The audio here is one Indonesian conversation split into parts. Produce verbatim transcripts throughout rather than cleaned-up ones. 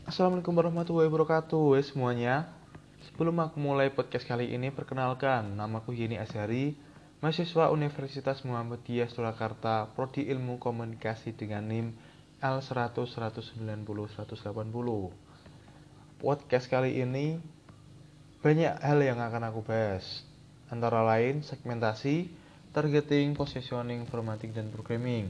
Assalamualaikum warahmatullahi wabarakatuh semuanya. Sebelum aku mulai podcast kali ini, perkenalkan, namaku Yeni Azhari, mahasiswa Universitas Muhammadiyah Surakarta, Prodi Ilmu Komunikasi dengan NIM L seratus, seratus sembilan puluh, seratus delapan puluh. Podcast kali ini banyak hal yang akan aku bahas, antara lain segmentasi, targeting, positioning, formatting, dan programming.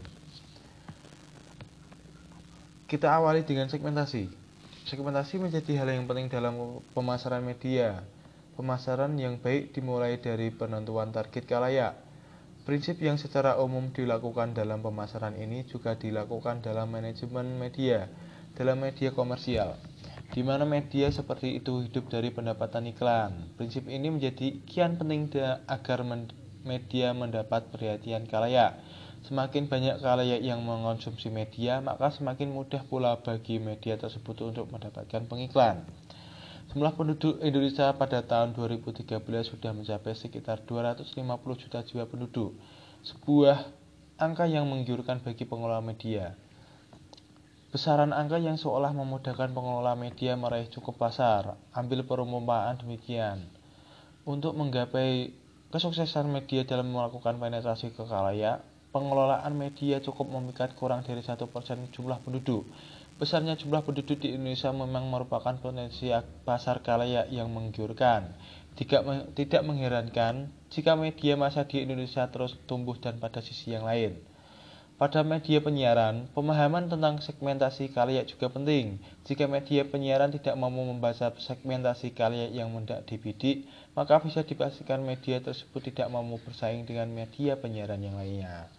Kita awali dengan segmentasi. Segmentasi menjadi hal yang penting dalam pemasaran media. Pemasaran yang baik dimulai dari penentuan target khalayak. Prinsip yang secara umum dilakukan dalam pemasaran ini juga dilakukan dalam manajemen media, dalam media komersial, di mana media seperti itu hidup dari pendapatan iklan. Prinsip ini menjadi kian penting agar media mendapat perhatian khalayak. Semakin banyak khalayak yang mengonsumsi media, maka semakin mudah pula bagi media tersebut untuk mendapatkan pengiklan. Jumlah penduduk Indonesia pada tahun dua ribu tiga belas sudah mencapai sekitar dua ratus lima puluh juta jiwa penduduk. Sebuah angka yang menggiurkan bagi pengelola media. Besaran angka yang seolah memudahkan pengelola media meraih cukup pasar. Ambil perumpamaan demikian. Untuk menggapai kesuksesan media dalam melakukan penetrasi ke khalayak, pengelolaan media cukup memikat kurang dari satu persen jumlah penduduk. Besarnya jumlah penduduk di Indonesia memang merupakan potensi pasar khalayak yang menggiurkan. Tidak, tidak mengherankan jika media massa di Indonesia terus tumbuh dan pada sisi yang lain. Pada media penyiaran, pemahaman tentang segmentasi khalayak juga penting. Jika media penyiaran tidak mampu membaca segmentasi khalayak yang hendak dibidik, maka bisa dipastikan media tersebut tidak mampu bersaing dengan media penyiaran yang lainnya.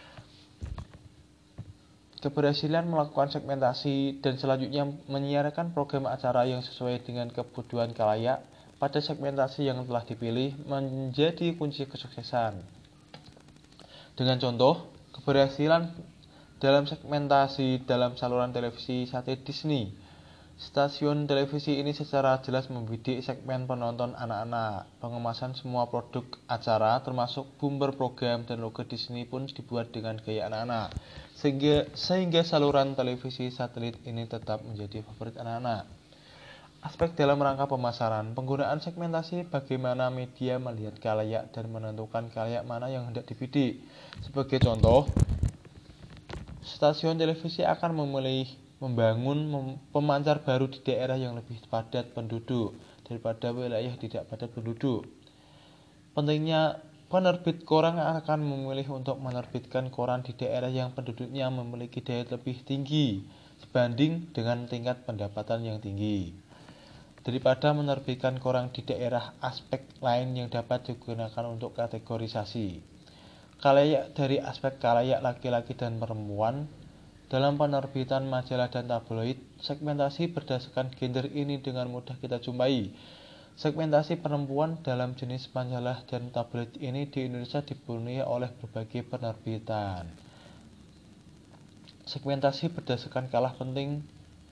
Keberhasilan melakukan segmentasi dan selanjutnya menyiarkan program acara yang sesuai dengan kebutuhan khalayak pada segmentasi yang telah dipilih menjadi kunci kesuksesan. Dengan contoh, keberhasilan dalam segmentasi dalam saluran televisi satelit Disney. Stasiun televisi ini secara jelas membidik segmen penonton anak-anak. Pengemasan semua produk acara termasuk bumper program dan logo Disney pun dibuat dengan gaya anak-anak. Sehingga, sehingga saluran televisi satelit ini tetap menjadi favorit anak-anak. Aspek dalam rangka pemasaran, penggunaan segmentasi bagaimana media melihat khalayak dan menentukan khalayak mana yang hendak dibidik. Sebagai contoh, stasiun televisi akan memilih membangun pemancar baru di daerah yang lebih padat penduduk daripada wilayah tidak padat penduduk. Pentingnya penerbit koran akan memilih untuk menerbitkan koran di daerah yang penduduknya memiliki daya lebih tinggi sebanding dengan tingkat pendapatan yang tinggi, daripada menerbitkan koran di daerah. Aspek lain yang dapat digunakan untuk kategorisasi khalayak dari aspek khalayak laki-laki dan perempuan. Dalam penerbitan majalah dan tabloid, segmentasi berdasarkan gender ini dengan mudah kita jumpai. Segmentasi perempuan dalam jenis majalah dan tabloid ini di Indonesia dipenuhi oleh berbagai penerbitan. Segmentasi berdasarkan kalah penting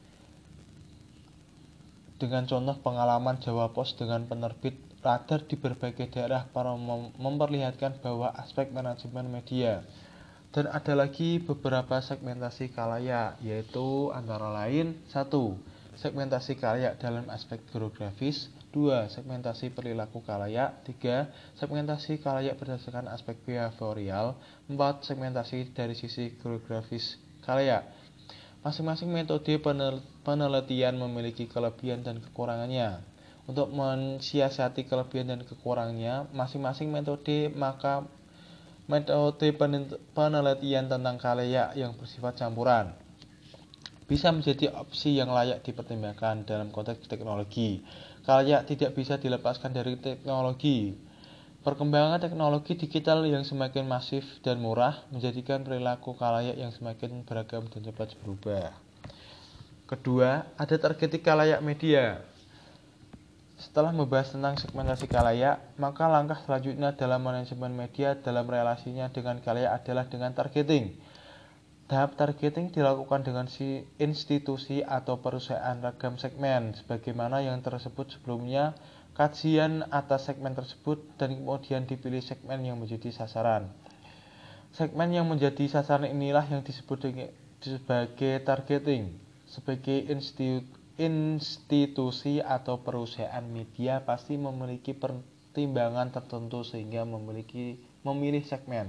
dengan contoh pengalaman Jawa Pos dengan penerbit radar di berbagai daerah para memperlihatkan bahwa aspek manajemen media. Dan ada lagi beberapa segmentasi khalayak, yaitu antara lain satu. Segmentasi khalayak dalam aspek geografis. Dua. Segmentasi perilaku khalayak. Tiga. Segmentasi khalayak berdasarkan aspek behavioral. Empat. Segmentasi dari sisi geografis khalayak. Masing-masing metode penelitian memiliki kelebihan dan kekurangannya. Untuk mensiasati kelebihan dan kekurangannya masing-masing metode, maka metode penelitian tentang khalayak yang bersifat campuran bisa menjadi opsi yang layak dipertimbangkan dalam konteks teknologi. Khalayak tidak bisa dilepaskan dari teknologi. Perkembangan teknologi digital yang semakin masif dan murah menjadikan perilaku khalayak yang semakin beragam dan cepat berubah. Kedua, ada targeting khalayak media. Setelah membahas tentang segmentasi khalayak, maka langkah selanjutnya dalam manajemen media dalam relasinya dengan khalayak adalah dengan targeting. Tahap targeting dilakukan dengan si institusi atau perusahaan ragam segmen, sebagaimana yang tersebut sebelumnya, kajian atas segmen tersebut, dan kemudian dipilih segmen yang menjadi sasaran. Segmen yang menjadi sasaran inilah yang disebut sebagai targeting. Sebagai institusi institusi atau perusahaan media pasti memiliki pertimbangan tertentu sehingga memiliki memilih segmen.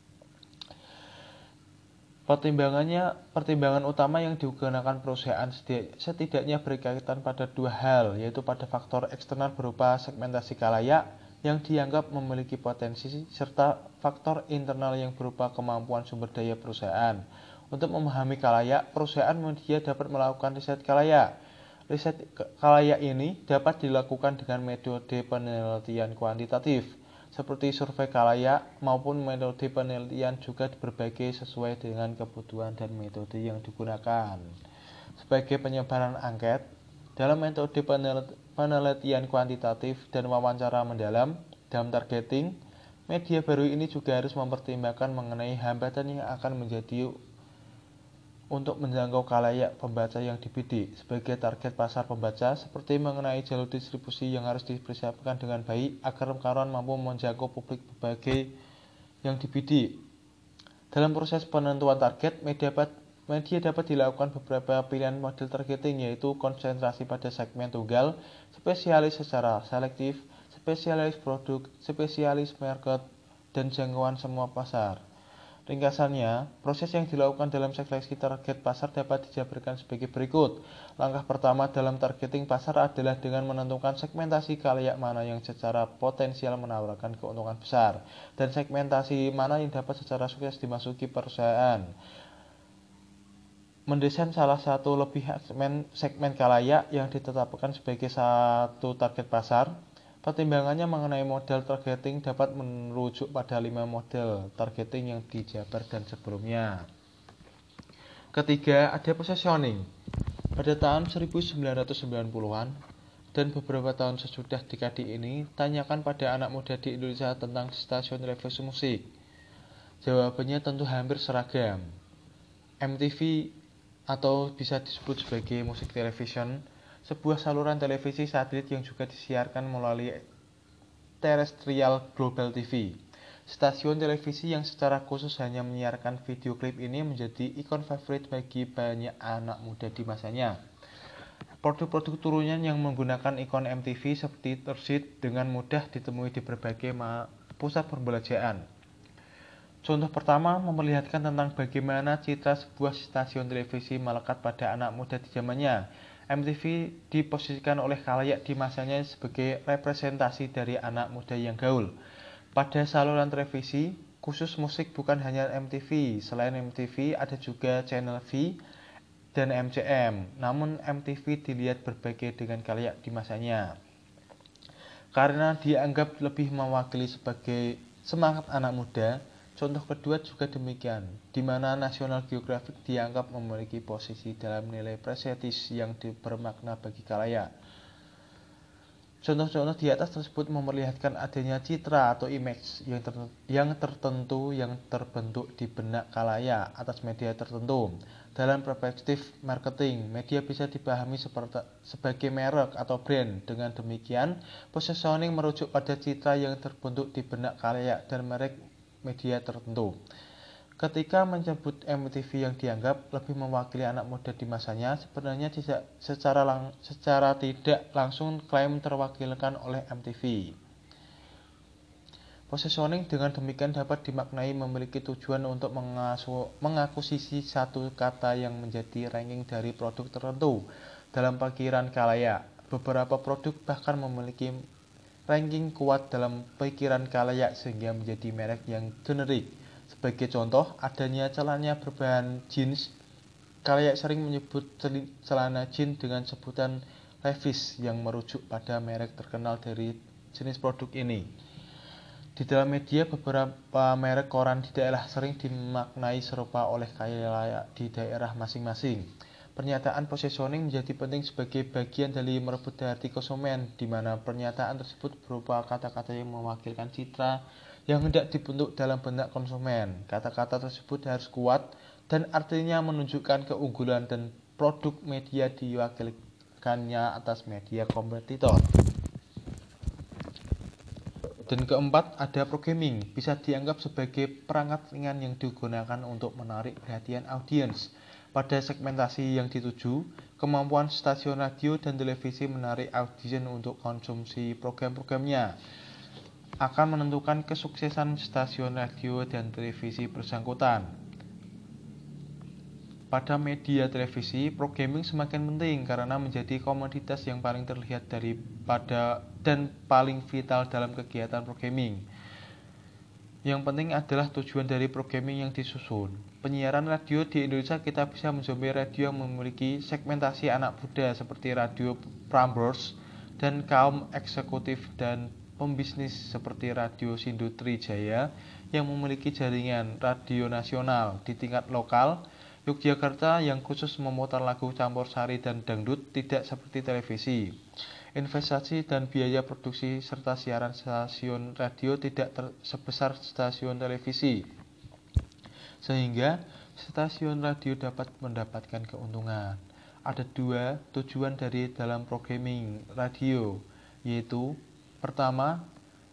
Pertimbangannya, pertimbangan utama yang digunakan perusahaan setidaknya berkaitan pada dua hal, yaitu pada faktor eksternal berupa segmentasi khalayak yang dianggap memiliki potensi, serta faktor internal yang berupa kemampuan sumber daya perusahaan. Untuk memahami khalayak, perusahaan media dapat melakukan riset khalayak. Riset khalayak ini dapat dilakukan dengan metode penelitian kuantitatif, seperti survei khalayak, maupun metode penelitian juga berbagi sesuai dengan kebutuhan dan metode yang digunakan. Sebagai penyebaran angket, dalam metode penelitian kuantitatif dan wawancara mendalam dalam targeting, media baru ini juga harus mempertimbangkan mengenai hambatan yang akan menjadi untuk menjangkau khalayak pembaca yang dibidik. Sebagai target pasar pembaca, seperti mengenai jalur distribusi yang harus dipersiapkan dengan baik agar karyawan mampu menjangkau publik berbagai yang dibidik. Dalam proses penentuan target, media dapat, media dapat dilakukan beberapa pilihan model targeting, yaitu konsentrasi pada segmen tunggal, spesialis secara selektif, spesialis produk, spesialis market, dan jangkauan semua pasar. Ringkasannya, proses yang dilakukan dalam seleksi target pasar dapat dijabarkan sebagai berikut. Langkah pertama dalam targeting pasar adalah dengan menentukan segmentasi khalayak mana yang secara potensial menawarkan keuntungan besar, dan segmentasi mana yang dapat secara sukses dimasuki perusahaan. Mendesain salah satu lebih segmen, segmen khalayak yang ditetapkan sebagai satu target pasar. Pertimbangannya mengenai model targeting dapat merujuk pada lima model targeting yang dijabar dan sebelumnya. Ketiga, ada positioning. Pada tahun seribu sembilan ratus sembilan puluhan dan beberapa tahun sesudah dekade ini, tanyakan pada anak muda di Indonesia tentang stasiun televisi musik. Jawabannya tentu hampir seragam. M T V atau bisa disebut sebagai musik television, sebuah saluran televisi satelit yang juga disiarkan melalui terestrial Global T V. Stasiun televisi yang secara khusus hanya menyiarkan video klip ini menjadi ikon favorit bagi banyak anak muda di masanya. Produk-produk turunan yang menggunakan ikon M T V seperti tersit dengan mudah ditemui di berbagai pusat perbelanjaan. Contoh pertama memperlihatkan tentang bagaimana citra sebuah stasiun televisi melekat pada anak muda di zamannya. M T V diposisikan oleh khalayak di masanya sebagai representasi dari anak muda yang gaul. Pada saluran televisi, khusus musik bukan hanya M T V. Selain M T V, ada juga Channel V dan M C M. Namun M T V dilihat berbeda dengan khalayak di masanya, karena dianggap lebih mewakili sebagai semangat anak muda. Contoh kedua juga demikian, di mana National Geographic dianggap memiliki posisi dalam nilai prestisius yang bermakna bagi khalayak. Contoh-contoh di atas tersebut memperlihatkan adanya citra atau image yang, ter yang tertentu yang terbentuk di benak khalayak atas media tertentu. Dalam perspektif marketing, media bisa dipahami seperti, sebagai merek atau brand. Dengan demikian, positioning merujuk pada citra yang terbentuk di benak khalayak dan merek media tertentu. Ketika menyebut M T V yang dianggap lebih mewakili anak muda di masanya, sebenarnya tidak secara, lang secara tidak langsung klaim terwakilkan oleh M T V. Positioning dengan demikian dapat dimaknai memiliki tujuan untuk mengakuisisi satu kata yang menjadi ranking dari produk tertentu. Dalam pikiran khalayak, beberapa produk bahkan memiliki ranking kuat dalam pikiran khalayak sehingga menjadi merek yang generik. Sebagai contoh, adanya celana berbahan jeans. Khalayak sering menyebut celana jeans dengan sebutan Levi's yang merujuk pada merek terkenal dari jenis produk ini. Di dalam media, beberapa merek koran di daerah sering dimaknai serupa oleh khalayak di daerah masing-masing. Pernyataan positioning menjadi penting sebagai bagian dari merebut hati konsumen, di mana pernyataan tersebut berupa kata-kata yang mewakilkan citra yang hendak dibentuk dalam benak konsumen. Kata-kata tersebut harus kuat dan artinya menunjukkan keunggulan dan produk media diwakilkannya atas media kompetitor. Dan keempat, ada programming. Bisa dianggap sebagai perangkat ringan yang digunakan untuk menarik perhatian audiens pada segmentasi yang dituju. Kemampuan stasiun radio dan televisi menarik audiens untuk konsumsi program-programnya akan menentukan kesuksesan stasiun radio dan televisi bersangkutan. Pada media televisi, programming semakin penting karena menjadi komoditas yang paling terlihat daripada dan paling vital dalam kegiatan programming. Yang penting adalah tujuan dari programming yang disusun. Penyiaran radio di Indonesia kita bisa menjumpai radio yang memiliki segmentasi anak muda seperti Radio Prambors dan kaum eksekutif dan pembisnis seperti Radio Sindu Trijaya yang memiliki jaringan radio nasional di tingkat lokal. Yogyakarta yang khusus memutar lagu campursari dan dangdut, tidak seperti televisi. Investasi dan biaya produksi serta siaran stasiun radio tidak ter- sebesar stasiun televisi, sehingga stasiun radio dapat mendapatkan keuntungan. Ada dua tujuan dari dalam programming radio, yaitu pertama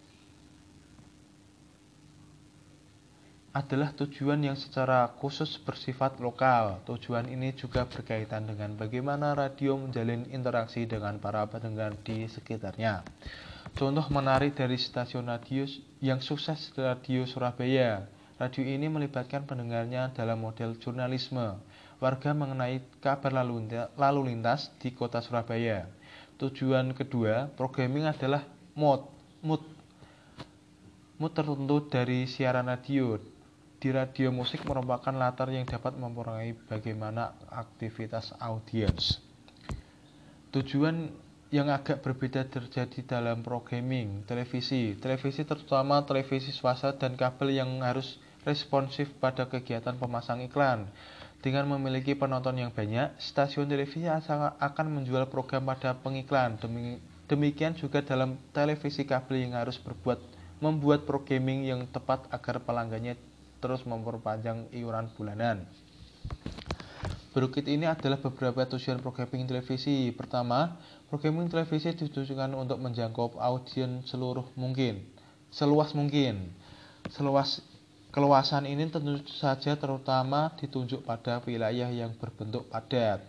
adalah tujuan yang secara khusus bersifat lokal. Tujuan ini juga berkaitan dengan bagaimana radio menjalin interaksi dengan para pendengar di sekitarnya. Contoh menarik dari stasiun radio yang sukses, Radio Surabaya. Radio ini melibatkan pendengarnya dalam model jurnalisme warga mengenai kabar lalu lintas di kota Surabaya. Tujuan kedua, programming adalah mood, mood, mood tertentu dari siaran radio. Di radio, musik merupakan latar yang dapat mempengaruhi bagaimana aktivitas audiens. Tujuan yang agak berbeda terjadi dalam programming televisi. Televisi, terutama televisi swasta dan kabel, yang harus responsif pada kegiatan pemasang iklan. Dengan memiliki penonton yang banyak, stasiun televisi akan menjual program pada pengiklan. Demikian juga dalam televisi kabel yang harus berbuat membuat programming yang tepat agar pelanggannya terus memperpanjang iuran bulanan. Berikut ini adalah beberapa tujuan programming televisi. Pertama, programming televisi ditujukan untuk menjangkau audiens seluruh mungkin, seluas mungkin. Seluas keluasan ini tentu saja terutama ditunjuk pada wilayah yang berbentuk padat.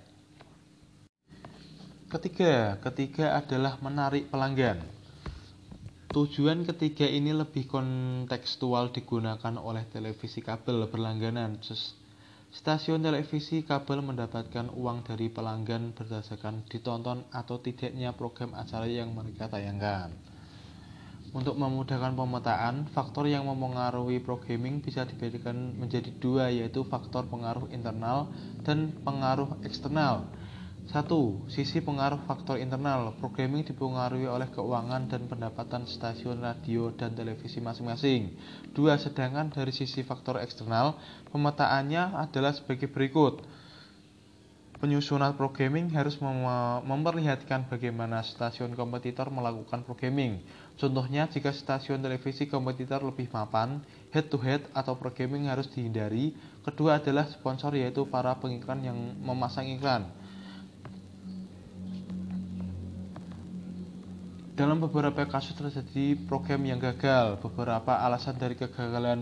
Ketiga, ketiga adalah menarik pelanggan. Tujuan ketiga ini lebih kontekstual digunakan oleh televisi kabel berlangganan. Stasiun televisi kabel mendapatkan uang dari pelanggan berdasarkan ditonton atau tidaknya program acara yang mereka tayangkan. Untuk memudahkan pemetaan, faktor yang mempengaruhi programming bisa dibedakan menjadi dua, yaitu faktor pengaruh internal dan pengaruh eksternal. Satu, sisi pengaruh faktor internal. Programming dipengaruhi oleh keuangan dan pendapatan stasiun radio dan televisi masing-masing. Dua, sedangkan dari sisi faktor eksternal, pemetaannya adalah sebagai berikut. Penyusunan programming harus mem- memperlihatkan bagaimana stasiun kompetitor melakukan programming. Contohnya, jika stasiun televisi kompetitor lebih mapan, head-to-head atau programming harus dihindari. Kedua adalah sponsor, yaitu para pengiklan yang memasang iklan. Dalam beberapa kasus terjadi program yang gagal. Beberapa alasan dari kegagalan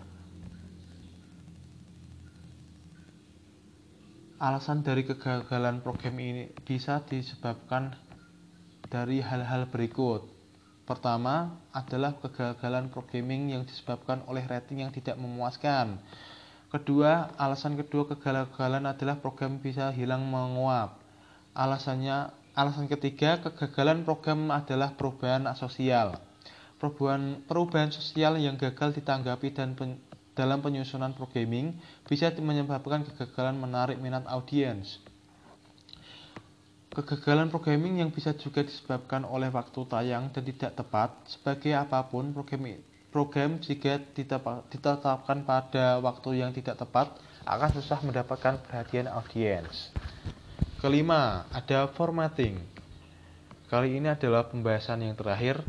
alasan dari kegagalan program ini bisa disebabkan dari hal-hal berikut. Pertama adalah kegagalan programming yang disebabkan oleh rating yang tidak memuaskan. Kedua, alasan kedua kegagalan adalah program bisa hilang menguap. Alasannya Alasan ketiga, kegagalan program adalah perubahan sosial. Perubahan, perubahan sosial yang gagal ditanggapi dan pen, dalam penyusunan programming bisa menyebabkan kegagalan menarik minat audiens. Kegagalan programming yang bisa juga disebabkan oleh waktu tayang dan tidak tepat. Sebagai apapun, program, program jika ditetapkan pada waktu yang tidak tepat akan susah mendapatkan perhatian audiens. Kelima, ada formatting. Kali ini adalah pembahasan yang terakhir.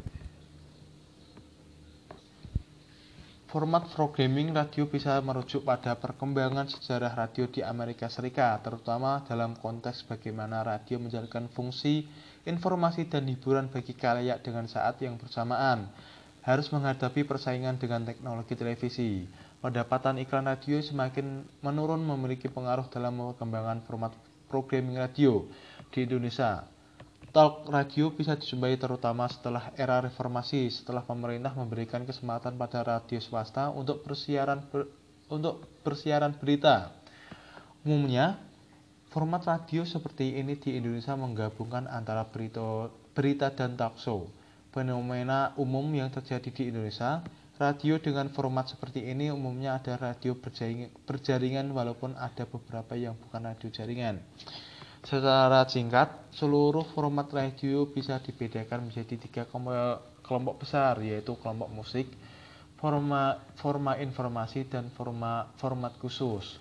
Format programming radio bisa merujuk pada perkembangan sejarah radio di Amerika Serikat, terutama dalam konteks bagaimana radio menjalankan fungsi informasi dan hiburan bagi khalayak dengan saat yang bersamaan harus menghadapi persaingan dengan teknologi televisi. Pendapatan iklan radio semakin menurun memiliki pengaruh dalam perkembangan format programming radio di Indonesia. Talk radio bisa dijumpai terutama setelah era reformasi, setelah pemerintah memberikan kesempatan pada radio swasta untuk bersiaran ber, untuk bersiaran berita. Umumnya, format radio seperti ini di Indonesia menggabungkan antara berita, berita dan talk show. Fenomena umum yang terjadi di Indonesia, radio dengan format seperti ini umumnya ada radio berjaring, berjaringan walaupun ada beberapa yang bukan radio jaringan. Secara singkat, seluruh format radio bisa dibedakan menjadi tiga kelompok besar, yaitu kelompok musik, forma, forma informasi, dan forma, format khusus.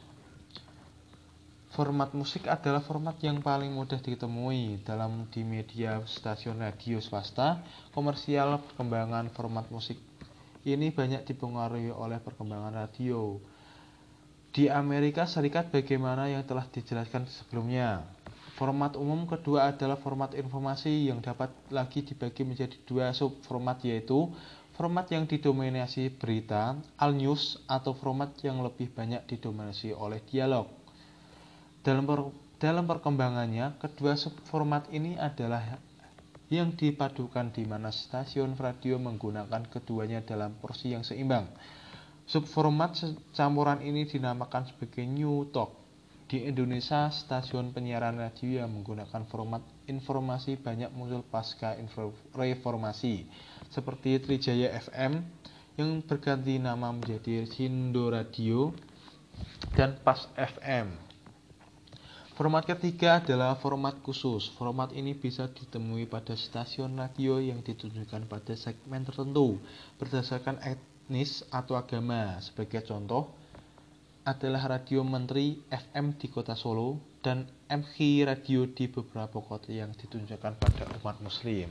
Format musik adalah format yang paling mudah ditemui dalam di media stasiun radio swasta komersial. Perkembangan format musik ini banyak dipengaruhi oleh perkembangan radio di Amerika Serikat bagaimana yang telah dijelaskan sebelumnya. Format umum kedua adalah format informasi yang dapat lagi dibagi menjadi dua subformat, yaitu format yang didominasi berita, al news, atau format yang lebih banyak didominasi oleh dialog. Dalam, per, dalam perkembangannya, kedua subformat ini adalah yang dipadukan di mana stasiun radio menggunakan keduanya dalam porsi yang seimbang. Subformat campuran ini dinamakan sebagai New Talk. Di Indonesia, stasiun penyiaran radio yang menggunakan format informasi banyak muncul pasca reformasi, seperti Trijaya F M yang berganti nama menjadi Sindo Radio dan Pas F M. Format ketiga adalah format khusus. Format ini bisa ditemui pada stasiun radio yang ditujukan pada segmen tertentu berdasarkan etnis atau agama. Sebagai contoh adalah Radio Menteri F M di kota Solo dan M K I Radio di beberapa kota yang ditunjukkan pada umat muslim.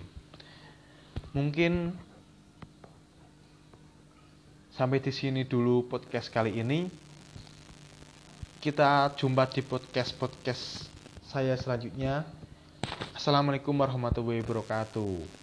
Mungkin sampai di sini dulu podcast kali ini. Kita jumpa di podcast-podcast saya selanjutnya. Assalamualaikum warahmatullahi wabarakatuh.